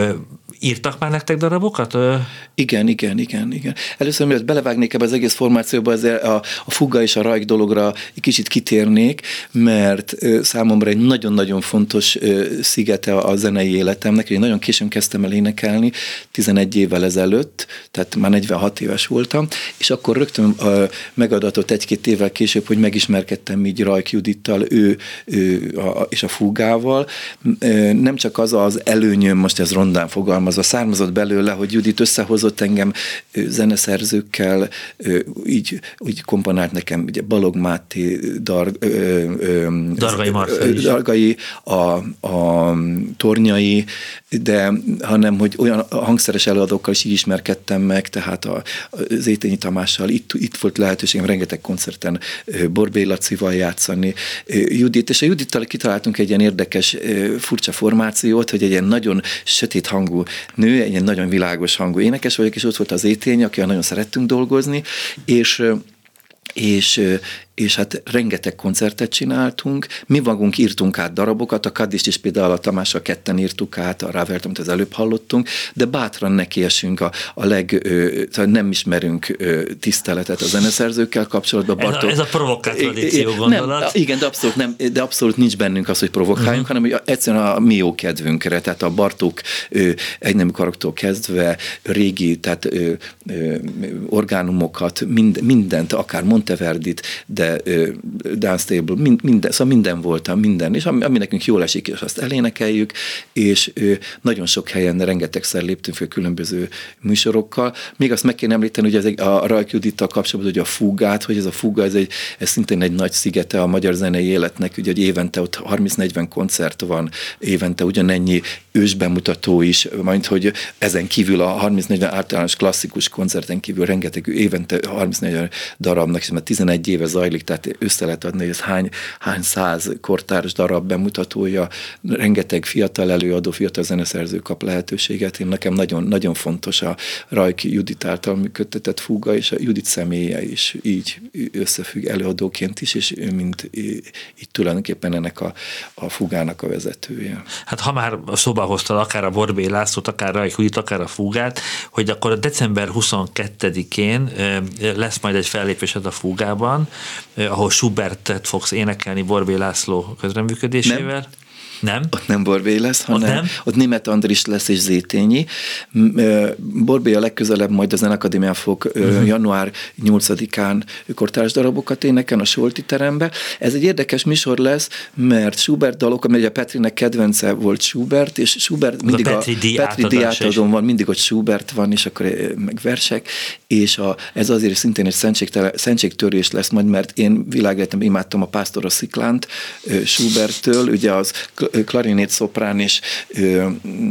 írtak már nektek darabokat? Igen, igen, igen, igen. Először, mielőtt belevágnék ebbe az egész formációba, azért a, a Fuga és a Rajk dologra egy kicsit kitérnék, mert számomra egy nagyon-nagyon fontos szigete a zenei életemnek. Én nagyon későn kezdtem el énekelni, tizenegy évvel ezelőtt, tehát már negyvenhat éves voltam, és akkor rögtön megadatott egy-két évvel később, hogy megismerkedtem így Rajk Judittal, ő, ő a, és a Fugával. Nem csak az az előnyöm, most ez rondán fogalmazva, származott belőle, hogy Judit összehozott engem zeneszerzőkkel, így, így komponált nekem ugye Balogh Máté, Dar, ö, ö, Dargai Marcell is. Dargai, a, a Tornyai, de hanem, hogy olyan hangszeres előadókkal is így ismerkedtem meg, tehát a, a Zétényi Tamással, itt, itt volt lehetőségem rengeteg koncerten Borbély Lacival játszani. Judit, és a Judittal kitaláltunk egy ilyen érdekes, furcsa formációt, hogy egy ilyen nagyon sötét hangú nő, egy ilyen nagyon világos hangú énekes vagyok, és ott volt az Zétény, akivel nagyon szerettünk dolgozni, és és, és hát rengeteg koncertet csináltunk, mi magunk írtunk át darabokat, a Kadist is például a Tamással ketten írtuk át, a Rávert, amit az előbb hallottunk, de bátran nekiesünk a, a leg, nem ismerünk tiszteletet a zeneszerzőkkel kapcsolatban. Ez a, ez a provokát tradíció gondolat. Nem, igen, de abszolút, nem, de abszolút nincs bennünk az, hogy provokáljunk, uh-huh. hanem hogy egyszerűen a mi jó kedvünkre, tehát a Bartók egynemű karaktól kezdve régi, tehát ö, ö, orgánumokat, mind, mindent, akár Monteverdit, de Dance Table, mind, minden, szóval minden voltam, minden, és ami, ami nekünk jól esik, és azt elénekeljük, és ö, nagyon sok helyen rengetegszer léptünk fel különböző műsorokkal. Még azt meg kéne említeni, hogy ez a Rajk Judittal kapcsolatban, hogy a Fugát, hogy ez a Fuga, ez, egy, ez szintén egy nagy szigete a magyar zenei életnek, ugye, hogy évente ott harminc-negyven koncert van, évente ugyanennyi ősbemutató is, majd hogy ezen kívül a harminc-negyven általános klasszikus koncerten kívül rengeteg évente harminc-negyven darabnak, és már tizenegy éve zajlik, tehát össze lehet adni, hogy ez hány, hány száz kortárs darab bemutatója, rengeteg fiatal előadó, fiatal zeneszerző kap lehetőséget. Én nekem nagyon, nagyon fontos a Rajk Judit által működtetett Fuga, és a Judit személye is így összefügg előadóként is, és ő mint így tulajdonképpen ennek a, a Fugának a vezetője. Hát ha már szóba hoztad akár a Borbély Lászlót, akár Rajk Judit, akár a Fugát, hogy akkor a december huszonkettedikén lesz majd egy fellépésed a Fugában, ahol Schubertet fogsz énekelni Borbély László közreműködésével. Nem. Nem? Ott nem Borbély lesz, hanem ott, nem? ott Németh Andris lesz és Zétényi. Borbély a legközelebb majd a Zenakadémián fog uh-huh. január nyolcadikán kortárs darabokat énekelni a Solti terembe. Ez egy érdekes műsor lesz, mert Schubert dalok, ami a Petrinek kedvence volt Schubert, és Schubert mindig a Petri díj Petri díj átadón van, mindig ott Schubert van, és akkor meg versek, és a, ez azért szintén egy szentségtörés lesz majd, mert én világéletem imádtam a Pásztor a Sziklánt Schuberttől, ugye az klarinét, szoprán és ö,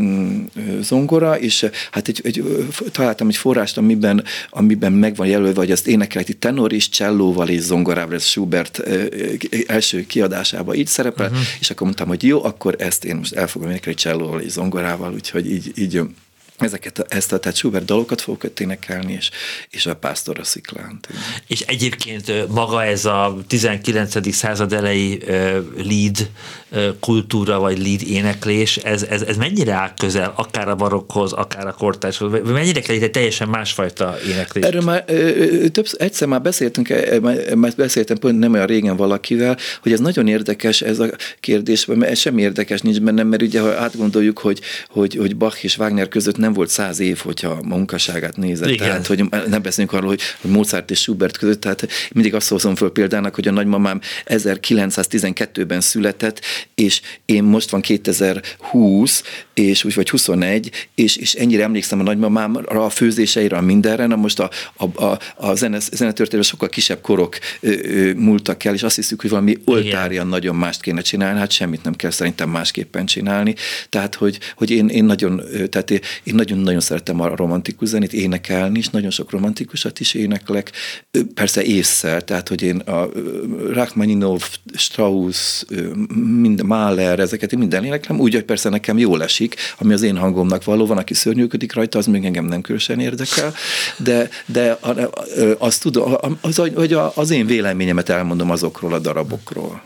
ö, zongora, és hát egy, egy, találtam egy forrást, amiben, amiben megvan jelölve, hogy azt énekelti tenor és csellóval és zongorával, ez Schubert ö, első kiadásában így szerepel, uh-huh. és akkor mondtam, hogy jó, akkor ezt én most el fogom énekelni csellóval és zongorával, úgyhogy így, így ezeket, ezt a, tehát Schubert dalokat fogok énekelni, és, és a Pásztor a Sziklánt. És egyébként maga ez a tizenkilencedik század elejé lead kultúra, vagy lead éneklés, ez, ez, ez mennyire áll közel, akár a barokkhoz, akár a kortárshoz, vagy mennyire kell itt egy teljesen másfajta éneklés? Erről már több, egyszer már beszéltünk, már beszéltem pont nem olyan régen valakivel, hogy ez nagyon érdekes ez a kérdés, mert semmi érdekes nincs benne, mert ugye ha átgondoljuk, hogy, hogy, hogy Bach és Wagner között nem volt száz év, hogyha a munkaságát nézett. Igen. Tehát, hogy nem beszélünk arról, hogy, hogy Mozart és Schubert között, tehát mindig azt hozom föl példának, hogy a nagymamám ezerkilencszáztizenkettőben született, és én most van kétezer-húsz, és úgy vagy huszonegy, és, és ennyire emlékszem a nagymamámra, a főzéseire, a mindenre, na most a, a, a, a zene, zenetörténetben sokkal kisebb korok ö, ö, múltak el, és azt hiszük, hogy valami oltárian nagyon mást kéne csinálni, hát semmit nem kell szerintem másképpen csinálni. Tehát, hogy, hogy én, én nagyon, tehát én, én nagyon-nagyon szeretem a romantikus zenét, énekelni is, nagyon sok romantikusat is éneklek, persze ésszel, tehát, hogy én a Rachmaninov, Strauss, minden, Mahler, ezeket én minden éneklem, úgy, hogy persze nekem jól esik, ami az én hangomnak való, van, aki szörnyűködik rajta, az még engem nem különösen érdekel, de, de azt tudom, az, hogy az én véleményemet elmondom azokról a darabokról.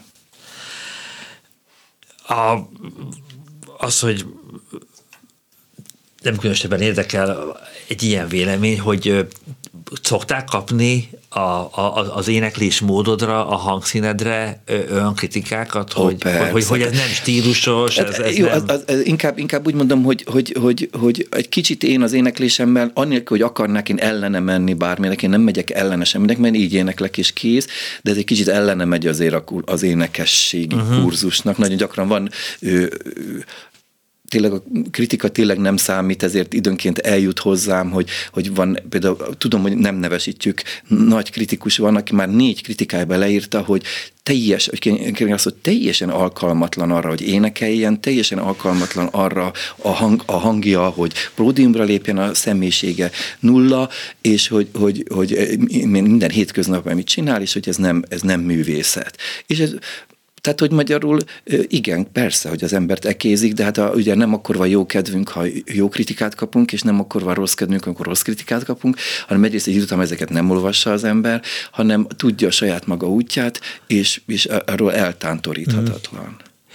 A, az, hogy nem különösebben érdekel egy ilyen vélemény, hogy szokták kapni a, a, az éneklés módodra, a hangszínedre olyan kritikákat, oh, hogy, hogy, hogy ez nem stílusos, ez, ez Jó, nem... Az, az, az, inkább, inkább úgy mondom, hogy, hogy, hogy, hogy egy kicsit én az éneklésemmel, annélkül, hogy akarnák én ellene menni bárminek, én nem megyek ellene semminek, mert így éneklek és kész, de ez egy kicsit ellene megy azért az énekességi uh-huh. kurzusnak. Nagyon gyakran van ő, tényleg a kritika tényleg nem számít, ezért időnként eljut hozzám, hogy, hogy van, például tudom, hogy nem nevesítjük, nagy kritikus van, aki már négy kritikájában leírta, hogy teljes, hogy azt, hogy teljesen alkalmatlan arra, hogy énekeljen, teljesen alkalmatlan arra a, hang, a hangja, hogy pódiumra lépjen, a személyisége nulla, és hogy, hogy, hogy minden hétköznapban mit csinál, és hogy ez nem, ez nem művészet. És ez Tehát, hogy magyarul igen, persze, hogy az embert ekézik, de hát a, ugye nem akkor van jó kedvünk, ha jó kritikát kapunk, és nem akkor van rossz kedvünk, amikor rossz kritikát kapunk, hanem egyrészt egy után ezeket nem olvassa az ember, hanem tudja a saját maga útját, és, és arról eltántoríthatatlan.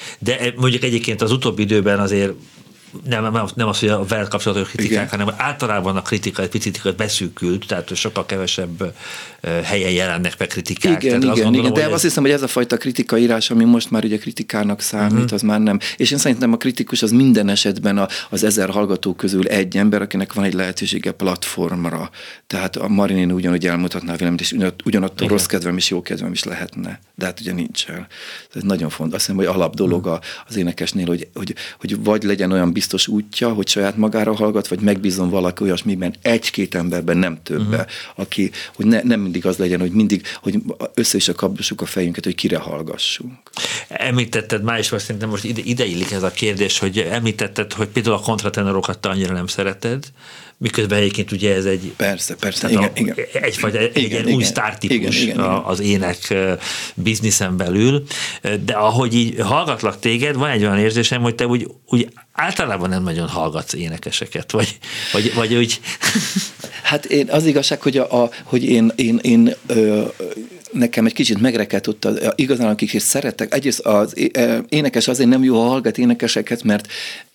De mondjuk egyébként az utóbbi időben azért nem, nem az, hogy a veled kapcsolatos kritikák, igen. hanem általában a kritika egy picit beszűkült, tehát sokkal kevesebb helyen jelennek meg kritikák. Igen, igen, gondolom, igen. de ez... azt hiszem, hogy ez a fajta kritikai-írás, ami most már ugye kritikának számít, uh-huh. az már nem. És én szerintem a kritikus az minden esetben a, az ezer hallgató közül egy ember, akinek van egy lehetősége platformra. Tehát a Marinén ugyanúgy elmutatná a véleményt, és ugyanattól rossz kedvem és jó kedvem is lehetne. De hát ugye nincsen. Ez nagyon fontos. Azt hiszem, hogy alap dolog uh-huh. az énekesnél, hogy, hogy, hogy vagy legyen olyan biztos útja, hogy saját magára hallgat, vagy megbízom valaki olyasmiben, egy-két emberben, nem többe, uh-huh. aki, hogy ne, nem mindig az legyen, hogy mindig, hogy össze is kapcsoljuk a fejünket, hogy kire hallgassunk. Említetted már is, vagy szerintem most ide, ide illik ez a kérdés, hogy említetted, hogy például a kontratenorokat te annyira nem szereted, miközben egyébként ugye ez egy persze, persze, igen, a, igen. egyfajta egy igen, ilyen igen, új sztártípus igen, igen, az ének bizniszen belül, de ahogy így hallgatlak téged, van egy olyan érzésem, hogy te úgy, úgy általában nem nagyon hallgatsz énekeseket, vagy, vagy, vagy úgy... Hát én, az igazság, hogy, a, a, hogy én, én, én ö, nekem egy kicsit megrekedt ott, az, igazán akik szeretek. Egyrészt az énekes azért nem jó, ha hallgat énekeseket, mert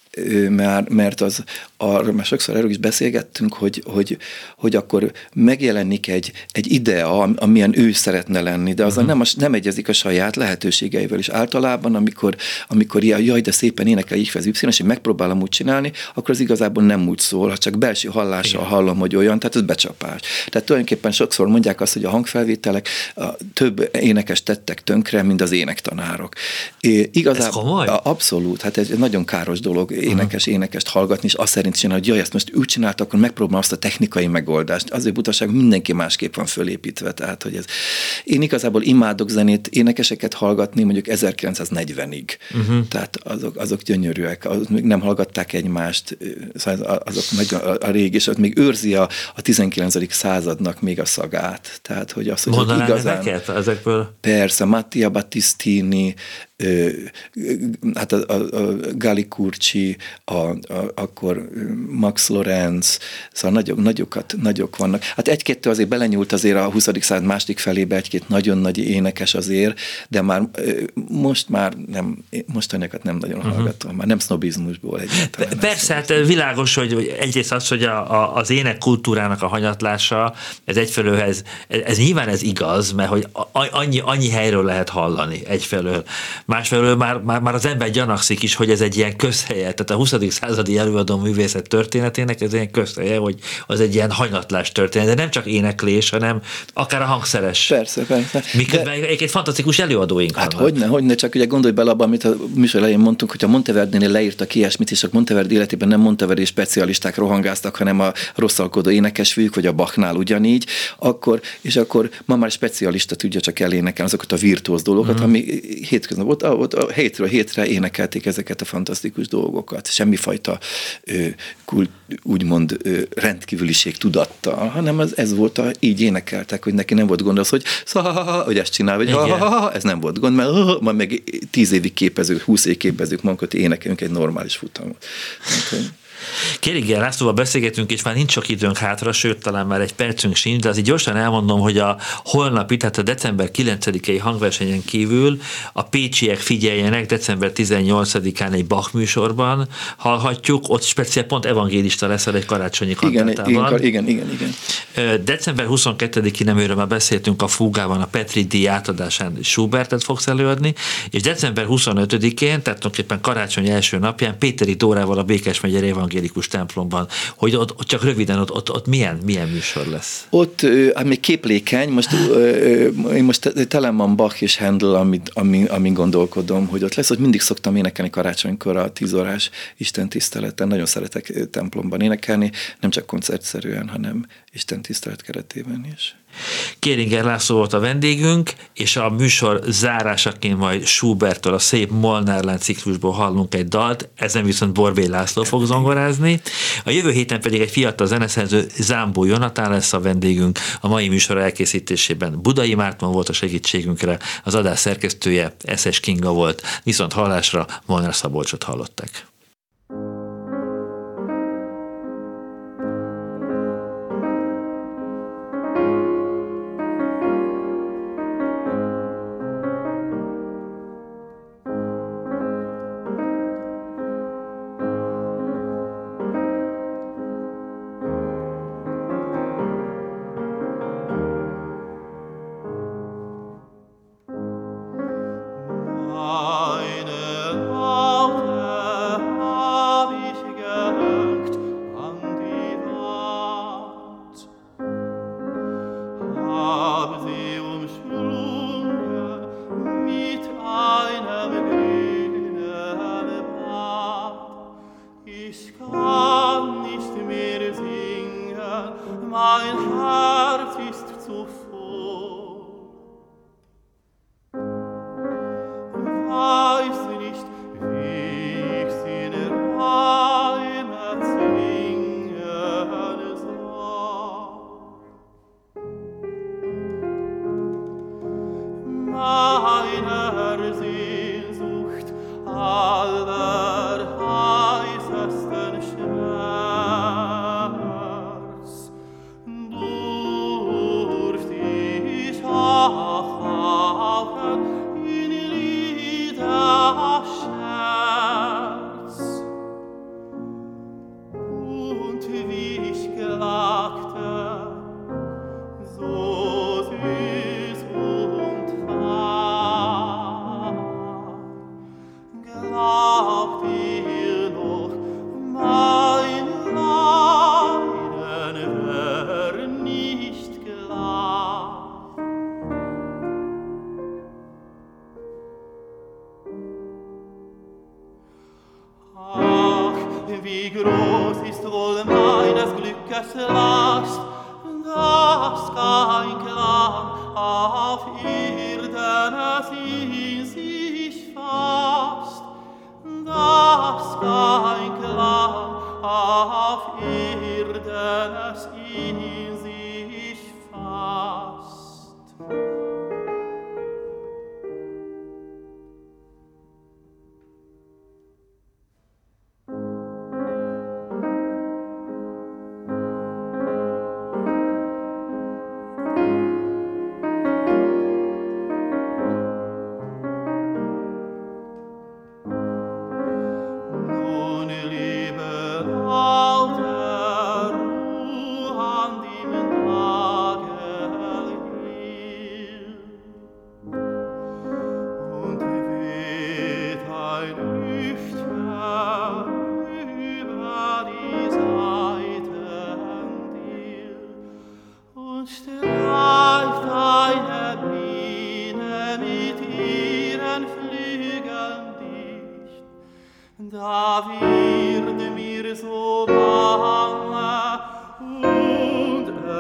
Mert, mert az, arra már sokszor erről is beszélgettünk, hogy, hogy, hogy akkor megjelenik egy, egy idea, amilyen ő szeretne lenni, de azzal uh-huh. nem, nem egyezik a saját lehetőségeivel is. Általában, amikor, amikor jaj, de szépen énekel így az Y, és én megpróbálom úgy csinálni, akkor az igazából nem úgy szól, ha csak belső hallással igen. hallom, hogy olyan, tehát ez becsapás. Tehát tulajdonképpen sokszor mondják azt, hogy a hangfelvételek a több énekes tettek tönkre, mint az énektanárok. É, igazából, ez komoly? Abszolút, hát ez egy nagyon káros dolog énekes, uh-huh. énekest hallgatni, és azt szerint csinálni, hogy jaj, ezt most úgy csinálta, akkor megpróbálom azt a technikai megoldást. Azért butaság, mindenki másképp van fölépítve. Tehát, hogy ez. Én igazából imádok zenét, énekeseket hallgatni mondjuk ezerkilencszáznegyvenig. Uh-huh. Tehát azok, azok gyönyörűek, azok még nem hallgatták egymást, azok meg a, a régi, és ott még őrzi a, a tizenkilencedik századnak még a szagát. Tehát, hogy az, hogy mondanám igazán... neked ezekből? Persze, Mattia Battistini, hát a, a, a Gali Curci, a, a, akkor Max Lorenz, szóval nagyok, nagyokat, nagyok vannak. Hát egy-kettő azért belenyúlt azért a huszadik század második felébe, egy-két nagyon nagy énekes azért, de már most már nem, mostaniakat nem nagyon uh-huh. hallgatom, már nem sznobizmusból egyáltalán. Persze, hát világos, hogy egyrészt az, hogy a, a, az ének kultúrának a hanyatlása, ez egyfelől, ez, ez nyilván ez igaz, mert hogy annyi, annyi helyről lehet hallani egyfelől. Másfelől már, már, már az ember gyanakszik is, hogy ez egy ilyen közhelye, tehát a huszadik századi előadó művész zenészet történetének, ez ilyen közhelye, hogy az egy ilyen hanyatlás történet, de nem csak éneklés, hanem akár a hangszeres. Persze, persze. Miközben de... egy fantasztikus előadóink hát vannak. Hogyne, hogyne, csak ugye gondolj bele abba, amit a műsor elején mondtunk, hogy a Monteverdinél leírtak ilyesmit, és a Monteverdi életében nem Monteverdi specialisták rohangáztak, hanem a rosszalkodó énekesfiúk, vagy a Bachnál ugyanígy, akkor, és akkor ma már specialista tudja csak elénekelni azokat a virtuóz dolgokat, mm. ami hétköznap ott, ott a hétről hétre énekelték ezeket a fantasztikus dolgokat. Semmifajta ö, kult, úgymond ö, rendkívüliség tudattal, hanem ez, ez volt, a, így énekeltek, hogy neki nem volt gond az, hogy szá, hogy ezt csinál, vagy ha, ha, ha, ez nem volt gond, mert ha, majd meg tíz évig képezők, húsz évig képezők magunkat, énekelünk egy normális futamot. Hát, Kéringer Lászlóval beszélgetünk, és már nincs sok időnk hátra, sőt, talán már egy percünk sincs, de azért gyorsan elmondom, hogy a holnapi, tehát a december kilencedikei hangversenyen kívül a pécsiek figyeljenek, december tizennyolcadikán egy Bach műsorban hallhatjuk, ott speciál pont evangélista leszel egy karácsonyi kantátában. Igen, igen, igen, igen. december huszonkettedikén, nem őről már beszéltünk, a Fúgában a Petri díj átadásán Schubertet fogsz előadni, és december huszonötödikén, tehát tulajdonképpen karácsony első napján Péteri Dórával a Békesmegyeri evangélikus templomban, hogy ott, ott csak röviden, ott, ott, ott milyen, milyen műsor lesz? Ott hát még képlékeny, most én most telen van Bach és Handel, amit, amin, amin gondolkodom, hogy ott lesz, hogy mindig szoktam énekelni karácsonykor a tíz órás istentiszteleten, nagyon szeretek templomban énekelni, nem csak koncertszerűen, hanem istentisztelet keretében is. Kéringer László volt a vendégünk, és a műsor zárásaként majd Schuberttől a szép Molnár-láng ciklusból hallunk egy dalt, ezen viszont Borbély László fog zongorázni. A jövő héten pedig egy fiatal zeneszerző, Zámbó Jonatán lesz a vendégünk. A mai műsor elkészítésében Budai Márton volt a segítségünkre, az adás szerkesztője Eszes Kinga volt, viszont hallásra Molnár Szabolcsot hallották.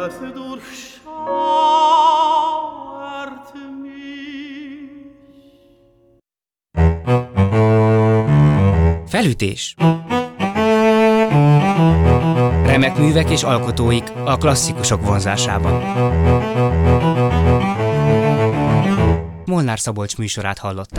Felütés. Remek művek és alkotóik a klasszikusok vonzásában. Molnár Szabolcs műsorát hallották.